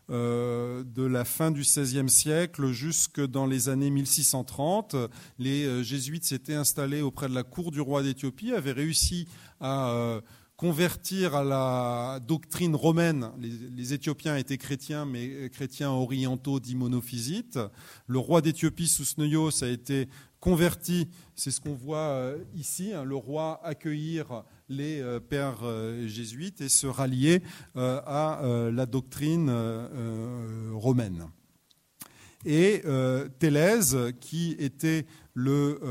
de la fin du XVIe siècle jusque dans les années 1630. Les jésuites s'étaient installés auprès de la cour du roi d'Éthiopie, avaient réussi à convertir à la doctrine romaine. Les Éthiopiens étaient chrétiens, mais chrétiens orientaux dits monophysites. Le roi d'Éthiopie, Sousneyos, a été converti, c'est ce qu'on voit ici, le roi accueillir les pères jésuites et se rallier à la doctrine romaine. Et Thélèse, qui était le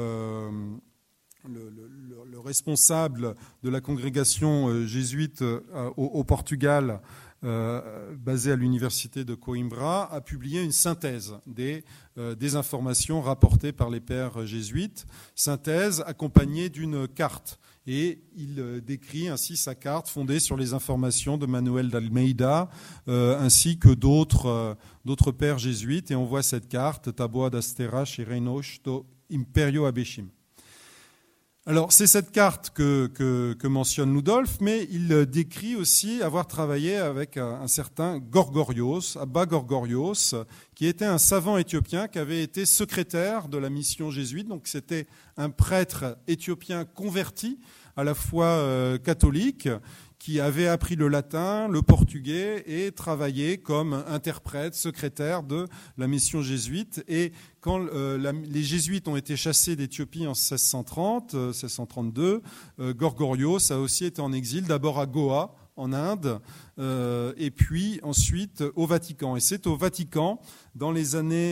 responsable de la congrégation jésuite au Portugal, basée à l'université de Coimbra, a publié une synthèse des informations rapportées par les pères jésuites, synthèse accompagnée d'une carte. Et il décrit ainsi sa carte fondée sur les informations de Manuel d'Almeida, ainsi que d'autres pères jésuites. Et on voit cette carte, Taboa das Terras e Reinos do Imperio Abeshim. Alors, c'est cette carte que mentionne Ludolf, mais il décrit aussi avoir travaillé avec un certain Gorgorios, Abba Gorgorios, qui était un savant éthiopien qui avait été secrétaire de la mission jésuite. Donc, c'était un prêtre éthiopien converti, à la fois catholique, qui avait appris le latin, le portugais et travaillé comme interprète, secrétaire de la mission jésuite. Et quand les jésuites ont été chassés d'Éthiopie en 1630, 1632, Gorgorios a aussi été en exil, d'abord à Goa, en Inde, et puis ensuite au Vatican. Et c'est au Vatican, dans les années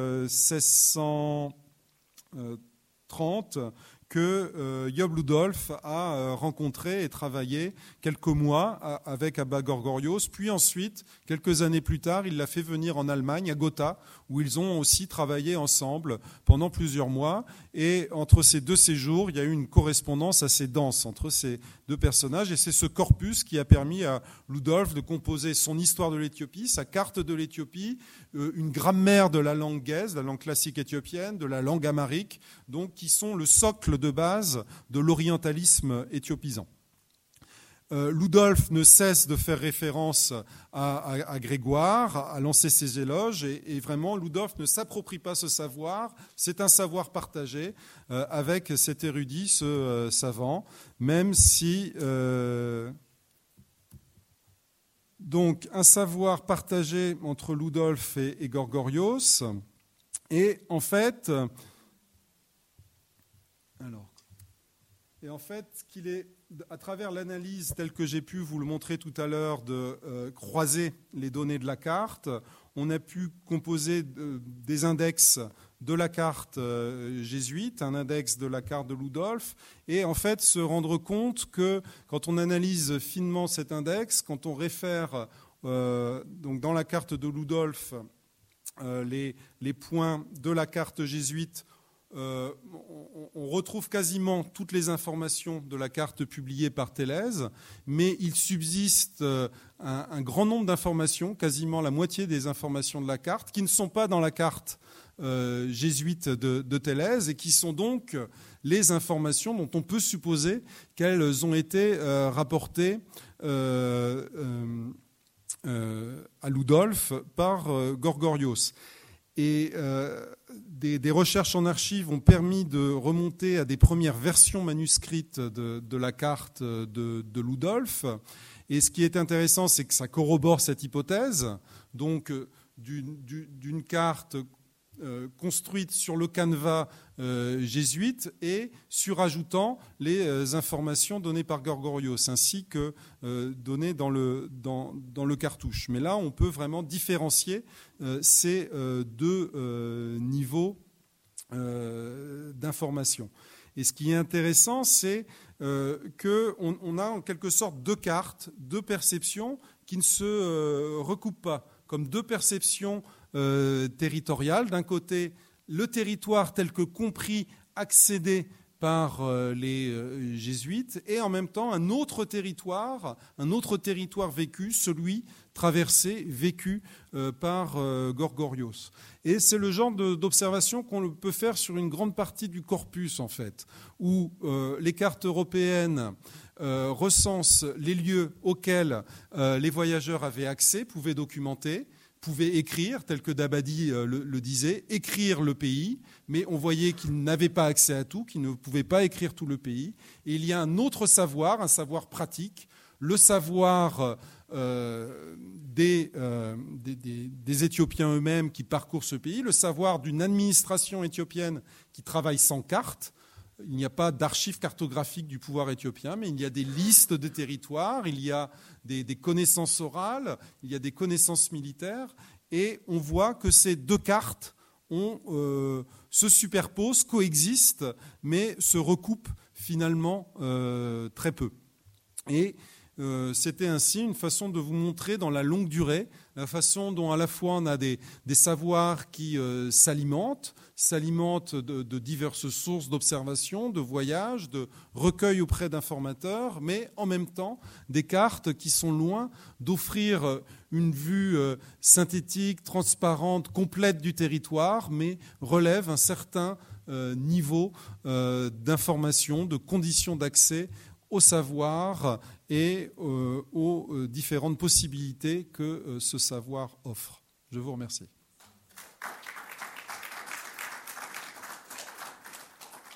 1630, que Job Ludolf a rencontré et travaillé quelques mois avec Abba Gorgorios, puis ensuite, quelques années plus tard, il l'a fait venir en Allemagne, à Gotha, où ils ont aussi travaillé ensemble pendant plusieurs mois. Et entre ces deux séjours, il y a eu une correspondance assez dense entre ces deux personnages. Et c'est ce corpus qui a permis à Ludolf de composer son histoire de l'Éthiopie, sa carte de l'Éthiopie, une grammaire de la langue gaise, la langue classique éthiopienne, de la langue amharique, donc qui sont le socle de base de l'orientalisme éthiopisant. Ludolf ne cesse de faire référence à Grégoire, à lancer ses éloges, et vraiment, Ludolf ne s'approprie pas ce savoir, c'est un savoir partagé avec cet érudit, ce savant, même si... donc, un savoir partagé entre Ludolf et Gorgorios, et en fait... qu'il est, à travers l'analyse telle que j'ai pu vous le montrer tout à l'heure, de croiser les données de la carte, on a pu composer des index de la carte jésuite, un index de la carte de Ludolf, et en fait se rendre compte que quand on analyse finement cet index, quand on réfère donc dans la carte de Ludolf les points de la carte jésuite, on retrouve quasiment toutes les informations de la carte publiée par Thélèse, mais il subsiste un grand nombre d'informations, quasiment la moitié des informations de la carte, qui ne sont pas dans la carte jésuite de Thélèse et qui sont donc les informations dont on peut supposer qu'elles ont été rapportées à Ludolf par Gorgorios. Et des recherches en archives ont permis de remonter à des premières versions manuscrites de la carte de Ludolf. Et ce qui est intéressant, c'est que ça corrobore cette hypothèse, donc d'une carte construite sur le canevas jésuite et surajoutant les informations données par Gorgorios ainsi que données dans le cartouche. Mais là, on peut vraiment différencier ces deux niveaux d'information. Et ce qui est intéressant, c'est qu'on a en quelque sorte deux cartes, deux perceptions qui ne se recoupent pas, comme deux perceptions territoriales. D'un côté, le territoire tel que compris, accédé par les jésuites, et en même temps un autre territoire vécu, celui traversé, vécu par Gorgorios. Et c'est le genre d'observation qu'on peut faire sur une grande partie du corpus, en fait, où les cartes européennes recensent les lieux auxquels les voyageurs avaient accès, pouvaient documenter, pouvaient écrire, tel que Dabadi le disait, écrire le pays, mais on voyait qu'ils n'avaient pas accès à tout, qu'ils ne pouvaient pas écrire tout le pays. Et il y a un autre savoir, un savoir pratique, le savoir des Éthiopiens eux-mêmes qui parcourent ce pays, le savoir d'une administration éthiopienne qui travaille sans carte. Il n'y a pas d'archives cartographiques du pouvoir éthiopien, mais il y a des listes de territoires, il y a des connaissances orales, il y a des connaissances militaires, et on voit que ces deux cartes se superposent, coexistent, mais se recoupent finalement très peu. Et c'était ainsi une façon de vous montrer dans la longue durée la façon dont à la fois on a des savoirs qui s'alimentent de diverses sources d'observation, de voyages, de recueil auprès d'informateurs, mais en même temps des cartes qui sont loin d'offrir une vue synthétique, transparente, complète du territoire, mais relèvent un certain niveau d'information, de conditions d'accès au savoir et aux différentes possibilités que ce savoir offre. Je vous remercie.